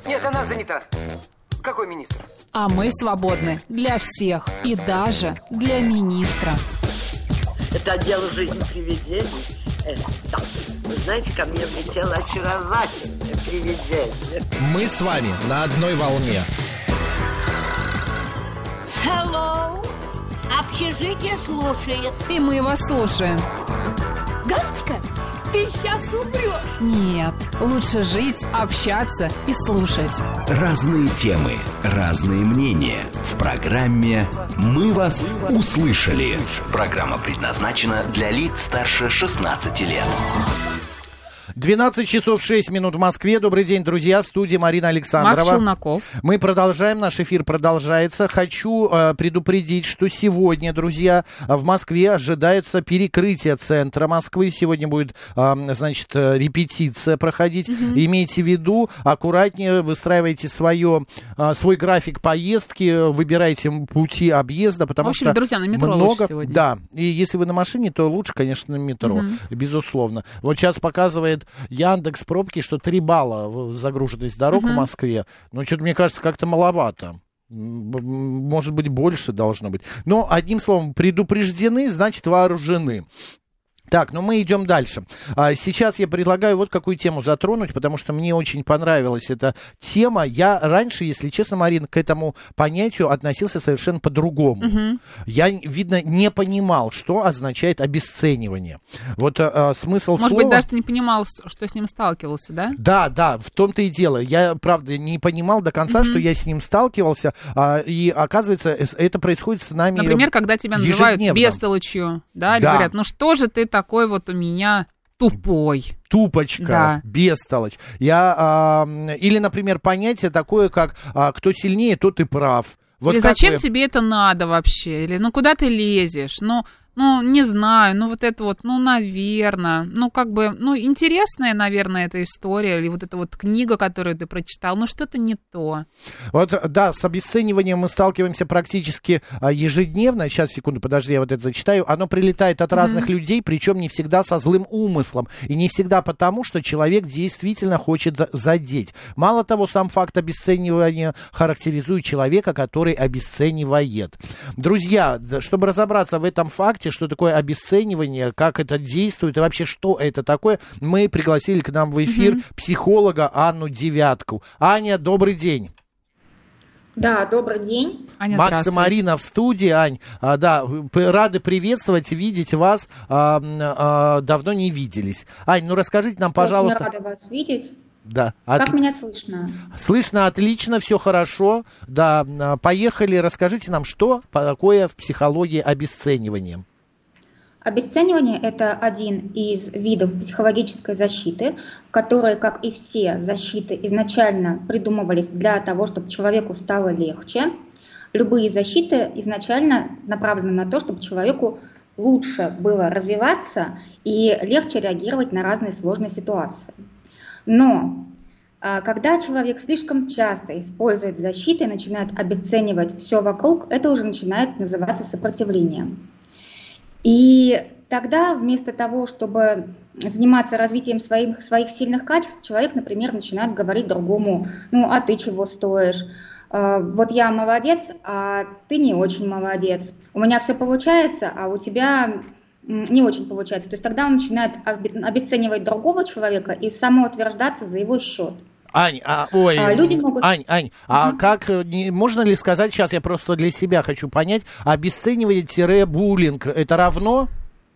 Нет, она занята. Какой министр? А мы свободны для всех и даже для министра. Это дело жизни привидений. Да. Вы знаете, ко мне влетело очаровательное привидение. Мы с вами на одной волне. Hello. Общежитие слушает. И мы вас слушаем. Галочка, ты сейчас умрешь. Нет, лучше жить, общаться и слушать. Разные темы, разные мнения. В программе «Мы вас услышали». Программа предназначена для лиц старше 16 лет. 12 часов 6 минут в Москве. Добрый день, друзья. В студии Марина Александрова. Макс Челноков. Мы продолжаем. Наш эфир продолжается. Хочу предупредить, что сегодня, друзья, в Москве ожидается перекрытие центра Москвы. Сегодня будет, значит, репетиция проходить. Имейте в виду, аккуратнее выстраивайте свой график поездки, выбирайте пути объезда, потому что друзья, на метро много. Сегодня. Да, и если вы на машине, то лучше, конечно, на метро, безусловно. Вот сейчас показывает Яндекс пробки, что 3 балла загруженность дорог в Москве. Но что-то, мне кажется, как-то маловато. Может быть, больше должно быть. Но, одним словом, предупреждены, значит, вооружены. Так, ну мы идем дальше. Сейчас я предлагаю вот какую тему затронуть, потому что мне очень понравилась эта тема. Я раньше, если честно, Марин, к этому понятию относился совершенно по-другому. Я, видно, не понимал, что означает обесценивание. Вот смысл слова... Может быть, даже ты не понимал, что с ним сталкивался, да? Да, в том-то и дело. Я, правда, не понимал до конца, что я с ним сталкивался, и, оказывается, это происходит с нами ежедневно. Например, когда тебя называют бестолочью, да, или говорят, ну что же ты такой вот у меня тупой. Тупочка, бестолочь. Или, например, понятие такое, как кто сильнее, тот и прав. Вот или зачем тебе это надо вообще? Или куда ты лезешь? Не знаю, вот это вот, наверное, интересная, наверное, эта история, или вот эта вот книга, которую ты прочитал, что-то не то. Вот, да, с обесцениванием мы сталкиваемся практически ежедневно. Сейчас, секунду, подожди, я вот это зачитаю. Оно прилетает от разных людей, причем не всегда со злым умыслом, и не всегда потому, что человек действительно хочет задеть. Мало того, сам факт обесценивания характеризует человека, который обесценивает. Друзья, чтобы разобраться в этом факте, что такое обесценивание, как это действует и вообще что это такое, мы пригласили к нам в эфир психолога Анну Девятку. Аня, добрый день. Да, добрый день. Аня, Макс и Марина в студии. Ань, да, рады приветствовать, видеть вас. Давно не виделись. Ань, расскажите нам, пожалуйста. Очень рада вас видеть. Да. Как меня слышно? Слышно отлично, все хорошо. Да, поехали, расскажите нам, что такое в психологии обесценивание. Обесценивание – это один из видов психологической защиты, которые, как и все защиты, изначально придумывались для того, чтобы человеку стало легче. Любые защиты изначально направлены на то, чтобы человеку лучше было развиваться и легче реагировать на разные сложные ситуации. Но когда человек слишком часто использует защиты и начинает обесценивать все вокруг, это уже начинает называться сопротивлением. И тогда вместо того, чтобы заниматься развитием своих сильных качеств, человек, например, начинает говорить другому: а ты чего стоишь? Вот я молодец, а ты не очень молодец. У меня все получается, а у тебя не очень получается. То есть тогда он начинает обесценивать другого человека и самоутверждаться за его счет. Ань, люди могут... Ань, а как, можно ли сказать, сейчас я просто для себя хочу понять, обесценивание-буллинг, это равно?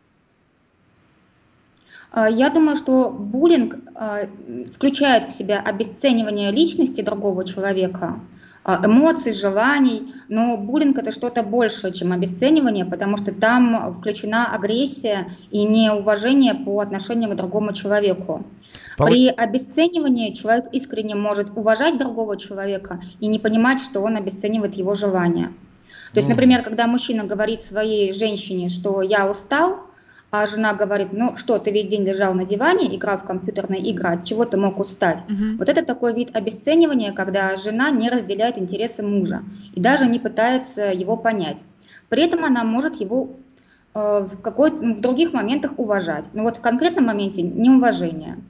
Я думаю, что буллинг включает в себя обесценивание личности другого человека, эмоций, желаний, но буллинг – это что-то большее, чем обесценивание, потому что там включена агрессия и неуважение по отношению к другому человеку. При обесценивании человек искренне может уважать другого человека и не понимать, что он обесценивает его желания. То есть, например, когда мужчина говорит своей женщине, что «я устал», а жена говорит: что, ты весь день лежал на диване, играл в компьютерные игры, от чего ты мог устать? Вот это такой вид обесценивания, когда жена не разделяет интересы мужа и даже не пытается его понять. При этом она может его в других моментах уважать. Но вот в конкретном моменте неуважение.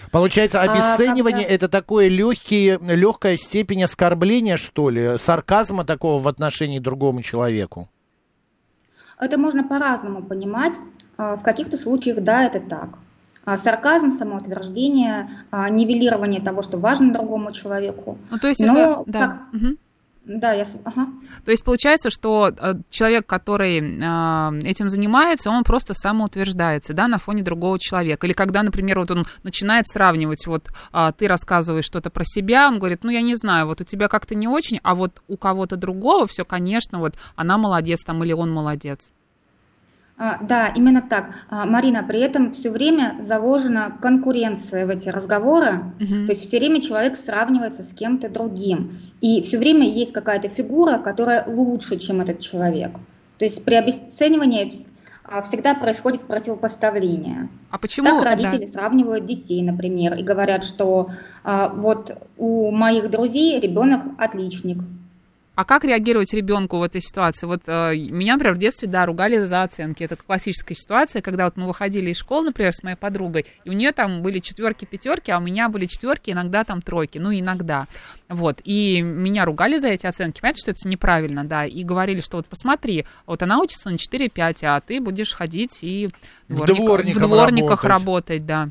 Получается, обесценивание это такое легкая степень оскорбления, что ли, сарказма такого в отношении другому человеку? Это можно по-разному понимать. В каких-то случаях, да, это так. Сарказм, самоутверждение, нивелирование того, что важно другому человеку. Ну, то есть но это, да. Да, То есть получается, что человек, который этим занимается, он просто самоутверждается, да, на фоне другого человека. Или когда, например, вот он начинает сравнивать, вот ты рассказываешь что-то про себя, он говорит, ну, я не знаю, вот у тебя как-то не очень, а вот у кого-то другого все, конечно, вот она молодец там или он молодец. Да, именно так. Марина, при этом все время заложена конкуренция в эти разговоры, то есть все время человек сравнивается с кем-то другим, и все время есть какая-то фигура, которая лучше, чем этот человек. То есть при обесценивании всегда происходит противопоставление. А почему? Так родители сравнивают детей, например, и говорят, что вот у моих друзей ребенок отличник. А как реагировать ребенку в этой ситуации? Вот меня, например, в детстве, да, ругали за оценки. Это классическая ситуация, когда вот мы выходили из школы, например, с моей подругой, и у нее там были 4, 5, а у меня были 4, иногда там 3, ну, иногда. Вот, и меня ругали за эти оценки. Понимаете, что это неправильно, да, и говорили, что вот посмотри, вот она учится на 4-5, а ты будешь ходить и в дворниках работать, да.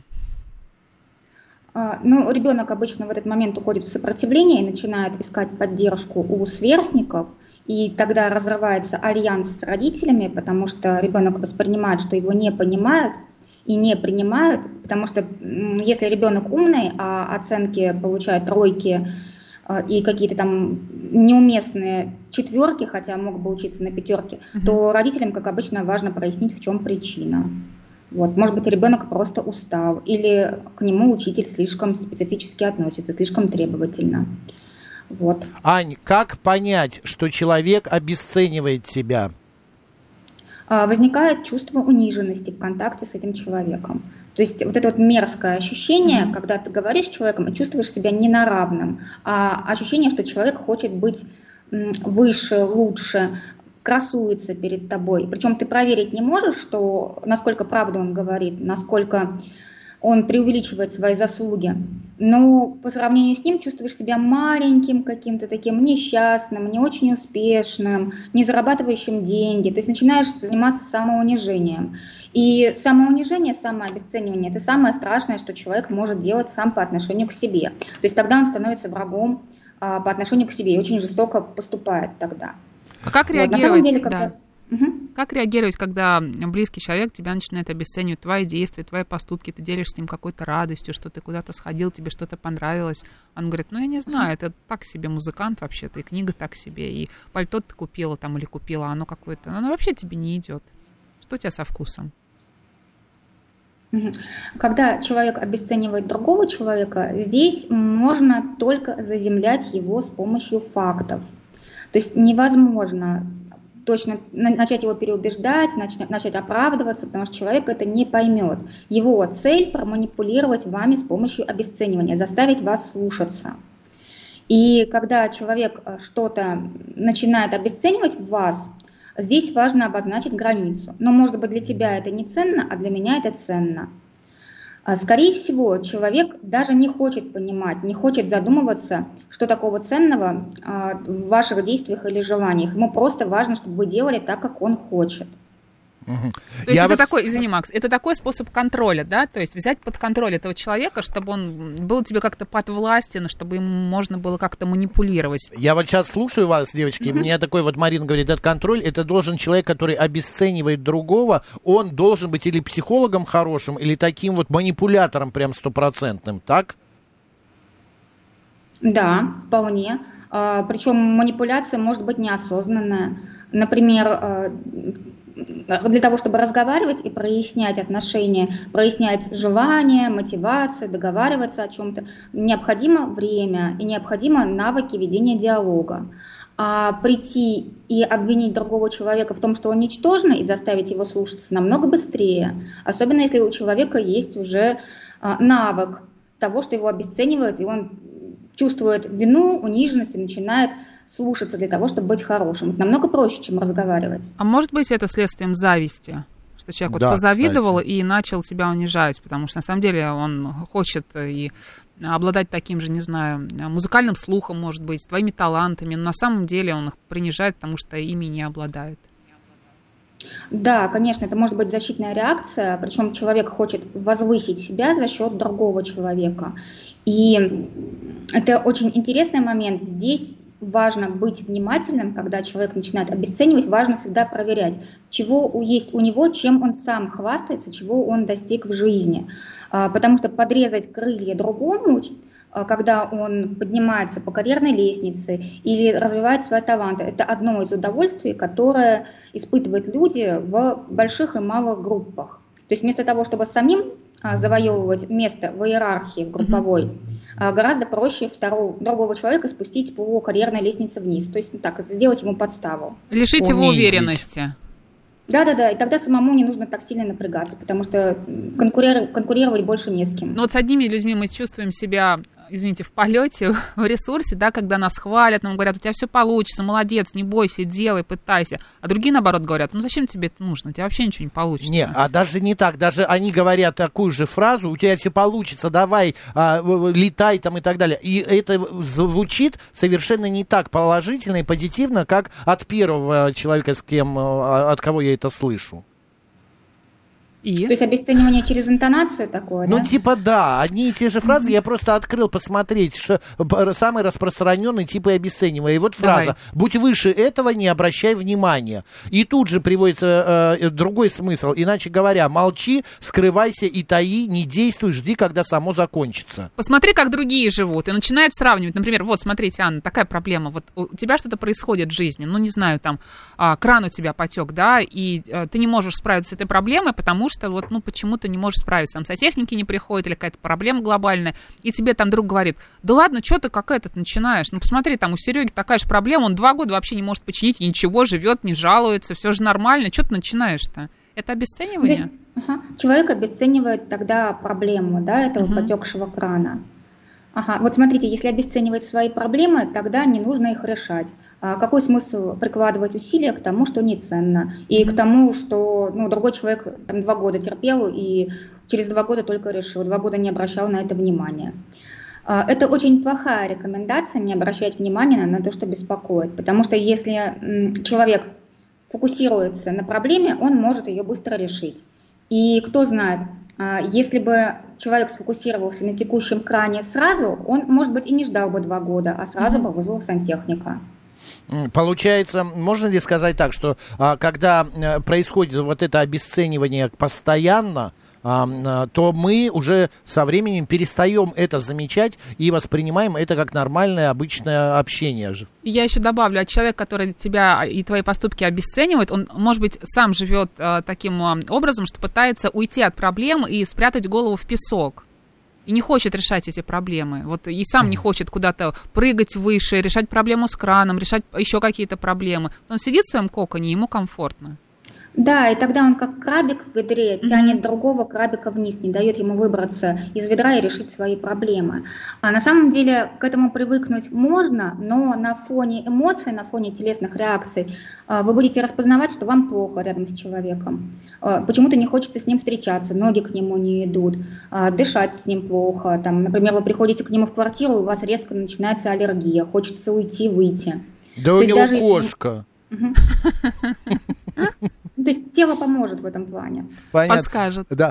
Ну, ребенок обычно в этот момент уходит в сопротивление и начинает искать поддержку у сверстников, и тогда разрывается альянс с родителями, потому что ребенок воспринимает, что его не понимают и не принимают, потому что если ребенок умный, а оценки получает 3 и какие-то там неуместные 4, хотя мог бы учиться на 5, то родителям, как обычно, важно прояснить, в чем причина. Вот, может быть, ребенок просто устал, или к нему учитель слишком специфически относится, слишком требовательно. Вот. Ань, как понять, что человек обесценивает себя? Возникает чувство униженности в контакте с этим человеком. То есть вот это вот мерзкое ощущение, когда ты говоришь с человеком и чувствуешь себя не на равном, а ощущение, что человек хочет быть выше, лучше, красуется перед тобой. Причем ты проверить не можешь, что, насколько правду он говорит, насколько он преувеличивает свои заслуги. Но по сравнению с ним чувствуешь себя маленьким каким-то таким, несчастным, не очень успешным, не зарабатывающим деньги. То есть начинаешь заниматься самоунижением. И самоунижение, самообесценивание – это самое страшное, что человек может делать сам по отношению к себе. То есть тогда он становится врагом по отношению к себе и очень жестоко поступает тогда. А как реагировать, как реагировать, когда близкий человек тебя начинает обесценивать, твои действия, твои поступки, ты делишься с ним какой-то радостью, что ты куда-то сходил, тебе что-то понравилось. Он говорит, ну я не знаю, это так себе музыкант вообще-то, и книга так себе, и пальто ты купила там или купила, оно какое-то, оно вообще тебе не идет. Что у тебя со вкусом? Когда человек обесценивает другого человека, здесь можно только заземлять его с помощью фактов. То есть невозможно точно начать его переубеждать, начать оправдываться, потому что человек это не поймет. Его цель – проманипулировать вами с помощью обесценивания, заставить вас слушаться. И когда человек что-то начинает обесценивать в вас, здесь важно обозначить границу. Но, может быть, для тебя это не ценно, а для меня это ценно. Скорее всего, человек даже не хочет понимать, не хочет задумываться, что такого ценного в ваших действиях или желаниях. Ему просто важно, чтобы вы делали так, как он хочет. То есть это такой, извини, Макс, это такой способ контроля, да? То есть взять под контроль этого человека, чтобы он был тебе как-то подвластен, чтобы ему можно было как-то манипулировать. Я вот сейчас слушаю вас, девочки, мне такой вот Марина говорит, этот контроль, это должен человек, который обесценивает другого, он должен быть или психологом хорошим, или таким вот манипулятором прям 100%, так? Да, вполне. Причем манипуляция может быть неосознанная. Например, для того, чтобы разговаривать и прояснять отношения, прояснять желания, мотивацию, договариваться о чем-то, необходимо время и необходимо навыки ведения диалога. А прийти и обвинить другого человека в том, что он ничтожный, и заставить его слушаться намного быстрее, особенно если у человека есть уже навык того, что его обесценивают, и он чувствует вину, униженность и начинает слушаться для того, чтобы быть хорошим. Это намного проще, чем разговаривать. А может быть это следствием зависти? что человек вот позавидовал и начал тебя унижать, потому что на самом деле он хочет и обладать таким же, не знаю, музыкальным слухом, может быть, твоими талантами, но на самом деле он их принижает, потому что ими не обладает. Да, конечно, это может быть защитная реакция, причем человек хочет возвысить себя за счет другого человека. И это очень интересный момент. Здесь важно быть внимательным, когда человек начинает обесценивать, важно всегда проверять, чего есть у него, чем он сам хвастается, чего он достиг в жизни. Потому что подрезать крылья другому, когда он поднимается по карьерной лестнице или развивает свои таланты, это одно из удовольствий, которое испытывают люди в больших и малых группах. То есть вместо того, чтобы самим завоевывать место в иерархии групповой, гораздо проще другого человека спустить по карьерной лестнице вниз. То есть так, сделать ему подставу. Лишить его уверенности. Да, и тогда самому не нужно так сильно напрягаться, потому что конкурировать больше не с кем. Но вот с одними людьми мы чувствуем себя, извините, в полете, в ресурсе, да, когда нас хвалят, нам говорят, у тебя все получится, молодец, не бойся, делай, пытайся. А другие, наоборот, говорят, ну зачем тебе это нужно, у тебя вообще ничего не получится. Не, а даже не так, даже они говорят такую же фразу, у тебя все получится, давай, летай там и так далее. И это звучит совершенно не так положительно и позитивно, как от первого человека, от кого я это слышу. То есть обесценивание через интонацию такое, да? Ну, типа, да, одни и те же фразы. Я просто открыл посмотреть, что самые распространенные типы обесценивания. И вот фраза: «Будь выше этого, не обращай внимания». И тут же приводится другой смысл. Иначе говоря, молчи, скрывайся и таи, не действуй, жди, когда само закончится. Посмотри, как другие живут, и начинает сравнивать. Например, вот, смотрите, Анна, такая проблема. Вот у тебя что-то происходит в жизни, ну, не знаю, там, кран у тебя потек, да, и ты не можешь справиться с этой проблемой, потому что вот, ну, почему-то не можешь справиться, там, сантехники не приходят или какая-то проблема глобальная, и тебе там друг говорит, да ладно, что ты какая-то начинаешь, ну, посмотри, там у Сереги такая же проблема, он 2 года вообще не может починить, и ничего, живет, не жалуется, все же нормально, что ты начинаешь-то? Это обесценивание? Человек обесценивает тогда проблему, да, этого потекшего крана. Вот смотрите, если обесценивать свои проблемы, тогда не нужно их решать. Какой смысл прикладывать усилия к тому, что не ценно, и к тому, что другой человек там 2 года терпел и через 2 года только решил, 2 года не обращал на это внимания. Это очень плохая рекомендация, не обращать внимания на то, что беспокоит, потому что если человек фокусируется на проблеме, он может ее быстро решить. И кто знает, если бы человек сфокусировался на текущем кране сразу, он, может быть, и не ждал бы 2 года, а сразу бы вызвал сантехника. Получается, можно ли сказать так, что когда происходит вот это обесценивание постоянно, то мы уже со временем перестаем это замечать и воспринимаем это как нормальное обычное общение. Я еще добавлю, человек, который тебя и твои поступки обесценивает, он, может быть, сам живет таким образом, что пытается уйти от проблем и спрятать голову в песок. И не хочет решать эти проблемы. Вот и сам не хочет куда-то прыгать выше, решать проблему с краном, решать еще какие-то проблемы. Он сидит в своем коконе, ему комфортно. Да, и тогда он как крабик в ведре тянет другого крабика вниз, не дает ему выбраться из ведра и решить свои проблемы. А на самом деле к этому привыкнуть можно, но на фоне эмоций, на фоне телесных реакций вы будете распознавать, что вам плохо рядом с человеком. Почему-то не хочется с ним встречаться, ноги к нему не идут, дышать с ним плохо. Там, например, вы приходите к нему в квартиру, и у вас резко начинается аллергия, хочется уйти, выйти. Да у него кошка. То есть тело поможет в этом плане. Понятно. Подскажет. Да.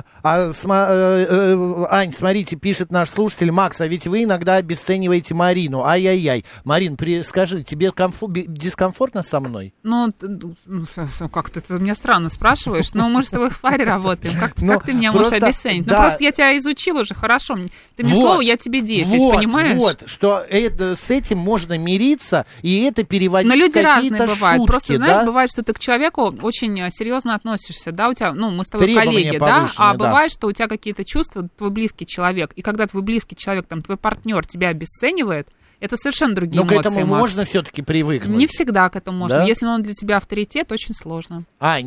Ань, смотрите, пишет наш слушатель Макс, а ведь вы иногда обесцениваете Марину. Ай-яй-яй. Марин, скажи, тебе дискомфортно со мной? Ну, как-то ты меня странно спрашиваешь, но мы же с тобой в паре работаем. Как ты меня можешь обесценить? Да. Ну, просто я тебя изучила уже, хорошо. Ты мне слово, я тебе 10, понимаешь? Вот, что с этим можно мириться, и это переводить в какие-то шутки. Но люди разные бывают. Просто, знаешь, бывает, что ты к человеку очень серьезно относишься, да, у тебя, мы с тобой коллеги, да, бывает, что у тебя какие-то чувства, твой близкий человек, и когда твой близкий человек, там, твой партнер тебя обесценивает, это совершенно другие эмоции, Но к этому можно все-таки привыкнуть. Не всегда к этому можно. Да? Если он для тебя авторитет, очень сложно. Ань,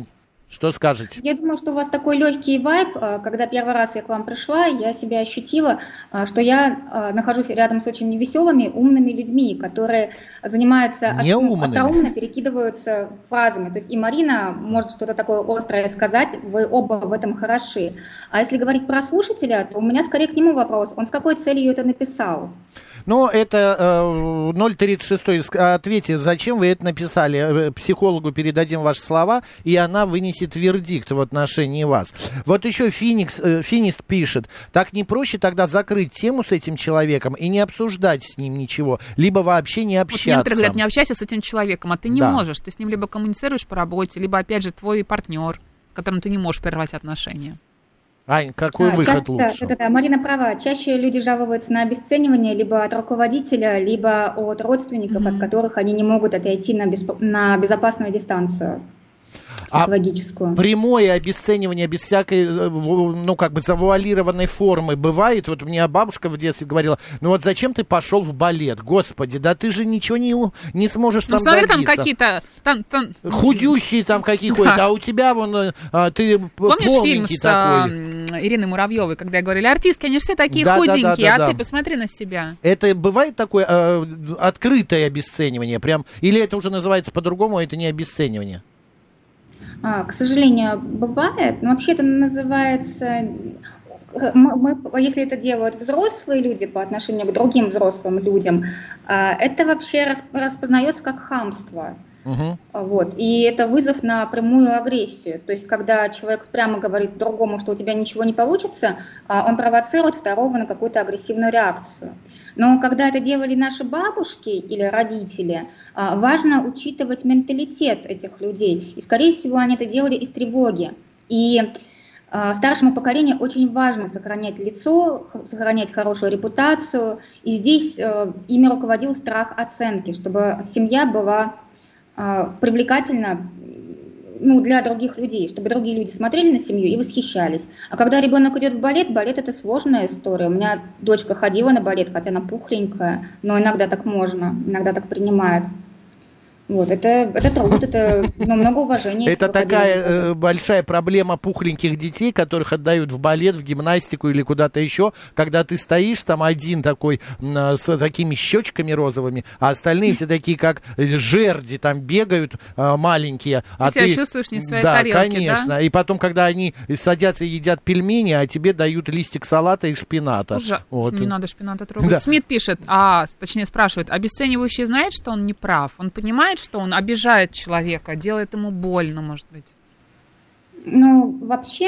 Что скажете? Я думаю, что у вас такой легкий вайб. Когда первый раз я к вам пришла, я себя ощутила, что я нахожусь рядом с очень веселыми, умными людьми, которые занимаются остроумно, перекидываются фразами. То есть и Марина может что-то такое острое сказать, вы оба в этом хороши. А если говорить про слушателя, то у меня скорее к нему вопрос. Он с какой целью это написал? Ну, это 036. Ответьте, зачем вы это написали? Психологу передадим ваши слова, и она вынесет вердикт в отношении вас. Вот еще Финист пишет, так не проще тогда закрыть тему с этим человеком и не обсуждать с ним ничего, либо вообще не общаться. Вот некоторые говорят, не общайся с этим человеком, а ты не можешь. Ты с ним либо коммуницируешь по работе, либо, опять же, твой партнер, с которым ты не можешь прервать отношения. Ань, какой выход лучше? Да, Марина права. Чаще люди жалуются на обесценивание либо от руководителя, либо от родственников, от которых они не могут отойти на безопасную дистанцию психологическую. Прямое обесценивание без всякой, ну, как бы завуалированной формы бывает? Вот мне бабушка в детстве говорила, ну вот зачем ты пошел в балет? Господи, да ты же ничего не сможешь там добиться. Смотри, там какие-то... Худющие там какие-то, а у тебя вон, ты помнишь фильм с такой. Ириной Муравьевой, когда говорили, артистки, они же все такие худенькие, да. Ты посмотри на себя. Это бывает такое открытое обесценивание прям? Или это уже называется по-другому, это не обесценивание? К сожалению, бывает, но вообще это называется, если это делают взрослые люди по отношению к другим взрослым людям, это вообще распознается как хамство. Вот. И это вызов на прямую агрессию. То есть, когда человек прямо говорит другому, что у тебя ничего не получится, он провоцирует второго на какую-то агрессивную реакцию. Но когда это делали наши бабушки или родители, важно учитывать менталитет этих людей. И, скорее всего, они это делали из тревоги. И старшему поколению очень важно сохранять лицо, сохранять хорошую репутацию. И здесь ими руководил страх оценки, чтобы семья была привлекательна для других людей, чтобы другие люди смотрели на семью и восхищались. А когда ребенок идет в балет это сложная история. У меня дочка ходила на балет, хотя она пухленькая, но иногда так можно, иногда так принимают. Вот, это труд, это много уважения. Это такая большая проблема пухленьких детей, которых отдают в балет, в гимнастику или куда-то еще, когда ты стоишь там один такой с такими щечками розовыми, а остальные все такие как жерди там бегают маленькие. Ты себя чувствуешь не в своей тарелке, конечно. Да? И потом, когда они садятся и едят пельмени, а тебе дают листик салата и шпината. Вот. Не надо шпината трогать. Да. Смит пишет, точнее спрашивает, обесценивающий знает, что он не прав? Он понимает, что он обижает человека, делает ему больно, может быть? Ну, вообще,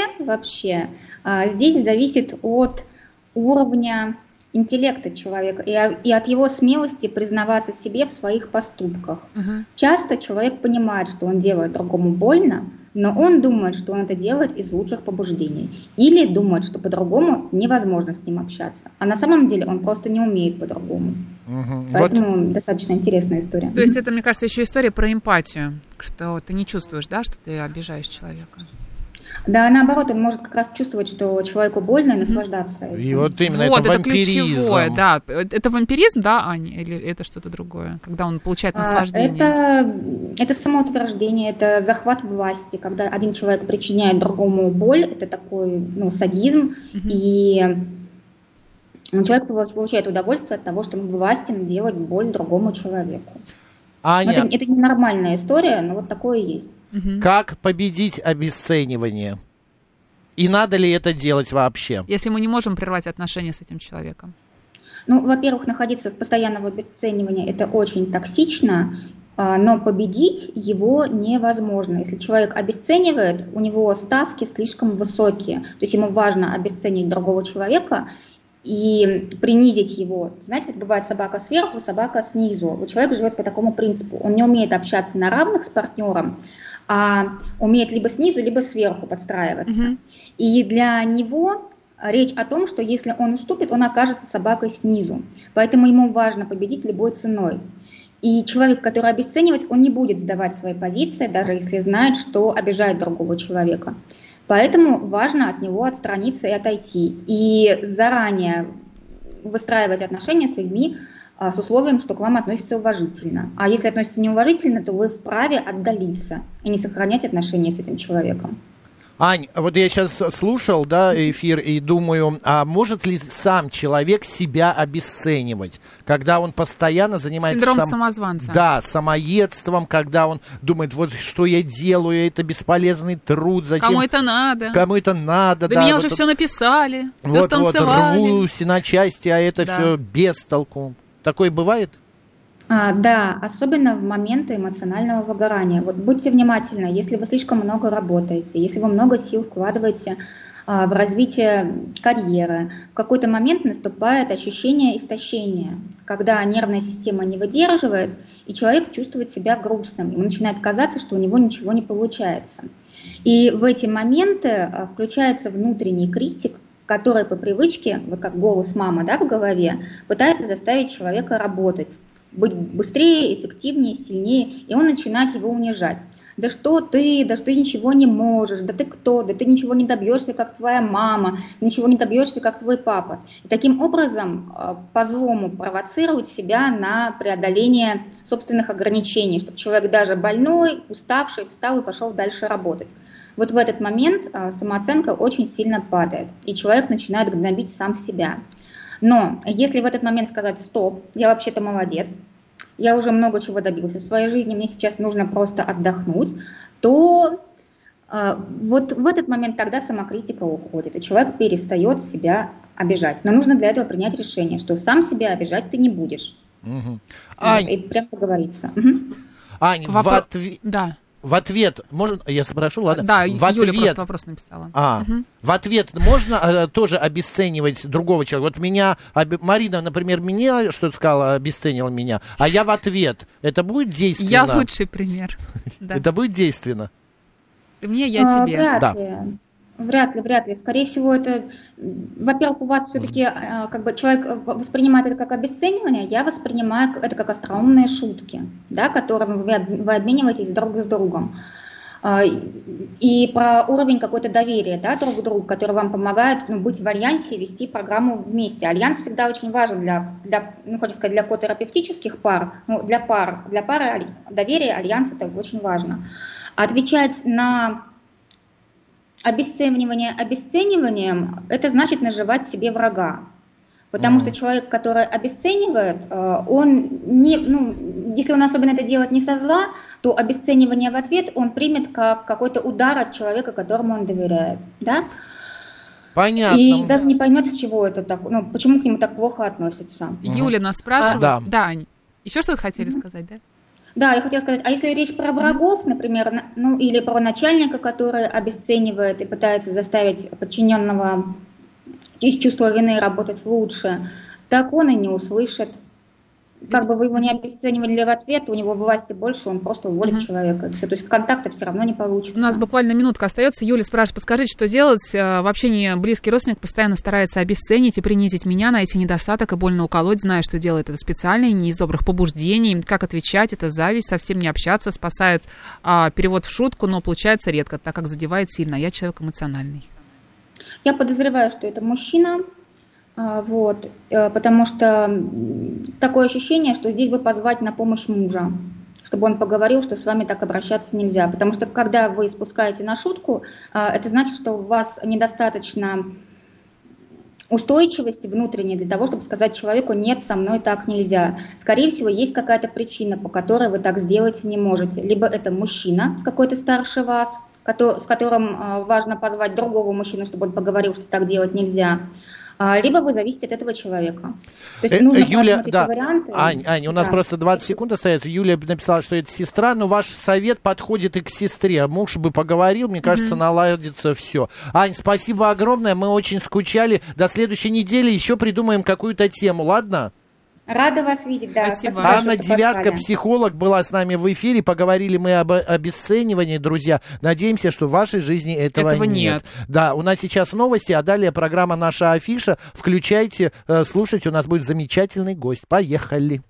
здесь зависит от уровня интеллекта человека и от его смелости признаваться себе в своих поступках. Часто человек понимает, что он делает другому больно, но он думает, что он это делает из лучших побуждений. Или думает, что по-другому невозможно с ним общаться. А на самом деле он просто не умеет по-другому. Поэтому достаточно интересная история. То есть это, мне кажется, еще история про эмпатию, что ты не чувствуешь, да, что ты обижаешь человека. Да, наоборот, он может как раз чувствовать, что человеку больно и наслаждаться этим. И вот именно это вампиризм. Ключевое, да. Это вампиризм, да, Аня, или это что-то другое, когда он получает наслаждение? Это самоутверждение, это захват власти, когда один человек причиняет другому боль, это такой садизм, и человек получает удовольствие от того, что он властен делать боль другому человеку. Аня... Это не нормальная история, но вот такое есть. Как победить обесценивание? И надо ли это делать вообще? Если мы не можем прервать отношения с этим человеком. Ну, во-первых, находиться в постоянном обесценивании – это очень токсично, но победить его невозможно. Если человек обесценивает, у него ставки слишком высокие. То есть ему важно обесценить другого человека и принизить его. Знаете, вот бывает собака сверху, собака снизу. Вот человек живет по такому принципу. Он не умеет общаться на равных с партнером, а умеет либо снизу, либо сверху подстраиваться. И для него речь о том, что если он уступит, он окажется собакой снизу. Поэтому ему важно победить любой ценой. И человек, который обесценивает, он не будет сдавать свои позиции, даже если знает, что обижает другого человека. Поэтому важно от него отстраниться и отойти. И заранее выстраивать отношения с людьми, с условием, что к вам относятся уважительно. А если относятся неуважительно, то вы вправе отдалиться и не сохранять отношения с этим человеком. Ань, вот я сейчас слушал, да, эфир и думаю, а может ли сам человек себя обесценивать, когда он постоянно занимается... Синдром самозванца. Да, самоедством, когда он думает, вот что я делаю, это бесполезный труд, зачем... Кому это надо? Кому это надо, да. Меня вот уже все написали, все вот, станцевали. Вот, рвусь на части, а это все без толку. Такое бывает? Да, особенно в моменты эмоционального выгорания. Вот будьте внимательны, если вы слишком много работаете, если вы много сил вкладываете в развитие карьеры, в какой-то момент наступает ощущение истощения, когда нервная система не выдерживает, и человек чувствует себя грустным, ему начинает казаться, что у него ничего не получается. И в эти моменты включается внутренний критик, который по привычке, вот как голос мамы, да, в голове, пытается заставить человека работать, быть быстрее, эффективнее, сильнее, и он начинает его унижать. Да что ты ничего не можешь, да ты кто, да ты ничего не добьешься, как твоя мама, ничего не добьешься, как твой папа. И таким образом по-злому провоцирует себя на преодоление собственных ограничений, чтобы человек даже больной, уставший, встал и пошел дальше работать. Вот в этот момент самооценка очень сильно падает, и человек начинает гнобить сам себя. Но если в этот момент сказать «стоп, я вообще-то молодец, я уже много чего добился в своей жизни, мне сейчас нужно просто отдохнуть», то вот в этот момент тогда самокритика уходит, и человек перестает себя обижать. Но нужно для этого принять решение, что сам себя обижать ты не будешь. Угу. И прям поговориться. Ань, Да. В ответ, можно, я спрошу, ладно? Да, Юля просто вопрос написала. В ответ можно тоже обесценивать другого человека? Вот меня, Марина, например, мне что-то сказала, обесценила меня, а я в ответ. Это будет действенно? Я лучший пример. Это будет действенно? Мне, я тебе. Вряд ли. Скорее всего, это, во-первых, у вас все-таки как бы человек воспринимает это как обесценивание, я воспринимаю это как остроумные шутки, да, которыми вы обмениваетесь друг с другом. И про уровень какой-то доверия, да, друг к другу, который вам помогает быть в альянсе и вести программу вместе. Альянс всегда очень важен для котерапевтических пар, для пары доверие, альянс это очень важно. Отвечать на обесцениванием, это значит наживать себе врага. Потому что человек, который обесценивает, он не, если он особенно это делает не со зла, то обесценивание в ответ он примет как какой-то удар от человека, которому он доверяет. Да? Понятно. И даже не поймет, с чего это так, почему к нему так плохо относятся. Юля нас спрашивает. Да, Ань, еще что-то хотели сказать, да? Да, я хотела сказать, а если речь про врагов, например, или про начальника, который обесценивает и пытается заставить подчиненного из чувства вины работать лучше, так он и не услышит. Как бы вы его не обесценивали в ответ, у него власти больше, он просто уволит человека. Все, то есть контакта все равно не получится. У нас буквально минутка остается. Юля спрашивает, подскажите, что делать? В общении близкий родственник постоянно старается обесценить и принизить меня, найти недостаток и больно уколоть, зная, что делает это специально и не из добрых побуждений. Как отвечать? Это зависть, совсем не общаться, спасает перевод в шутку, но получается редко, так как задевает сильно. Я человек эмоциональный. Я подозреваю, что это мужчина. Потому что такое ощущение, что здесь бы позвать на помощь мужа, чтобы он поговорил, что с вами так обращаться нельзя. Потому что когда вы спускаете на шутку, это значит, что у вас недостаточно устойчивости внутренней для того, чтобы сказать человеку «нет, со мной так нельзя». Скорее всего, есть какая-то причина, по которой вы так сделать не можете. Либо это мужчина какой-то старше вас, с которым важно позвать другого мужчину, чтобы он поговорил, что так делать нельзя. Либо вы зависите от этого человека. То есть нужно Юля, эти варианты. Ань, у нас просто 20 секунд остается. Юля написала, что это сестра, но ваш совет подходит и к сестре. Муж бы поговорил, мне кажется, наладится все. Ань, спасибо огромное, мы очень скучали. До следующей недели еще придумаем какую-то тему, ладно? Рада вас видеть, да. Спасибо. Анна Девятка, психолог, была с нами в эфире. Поговорили мы об обесценивании, друзья. Надеемся, что в вашей жизни этого нет. Да, у нас сейчас новости, а далее программа «Наша афиша». Включайте, слушайте, у нас будет замечательный гость. Поехали.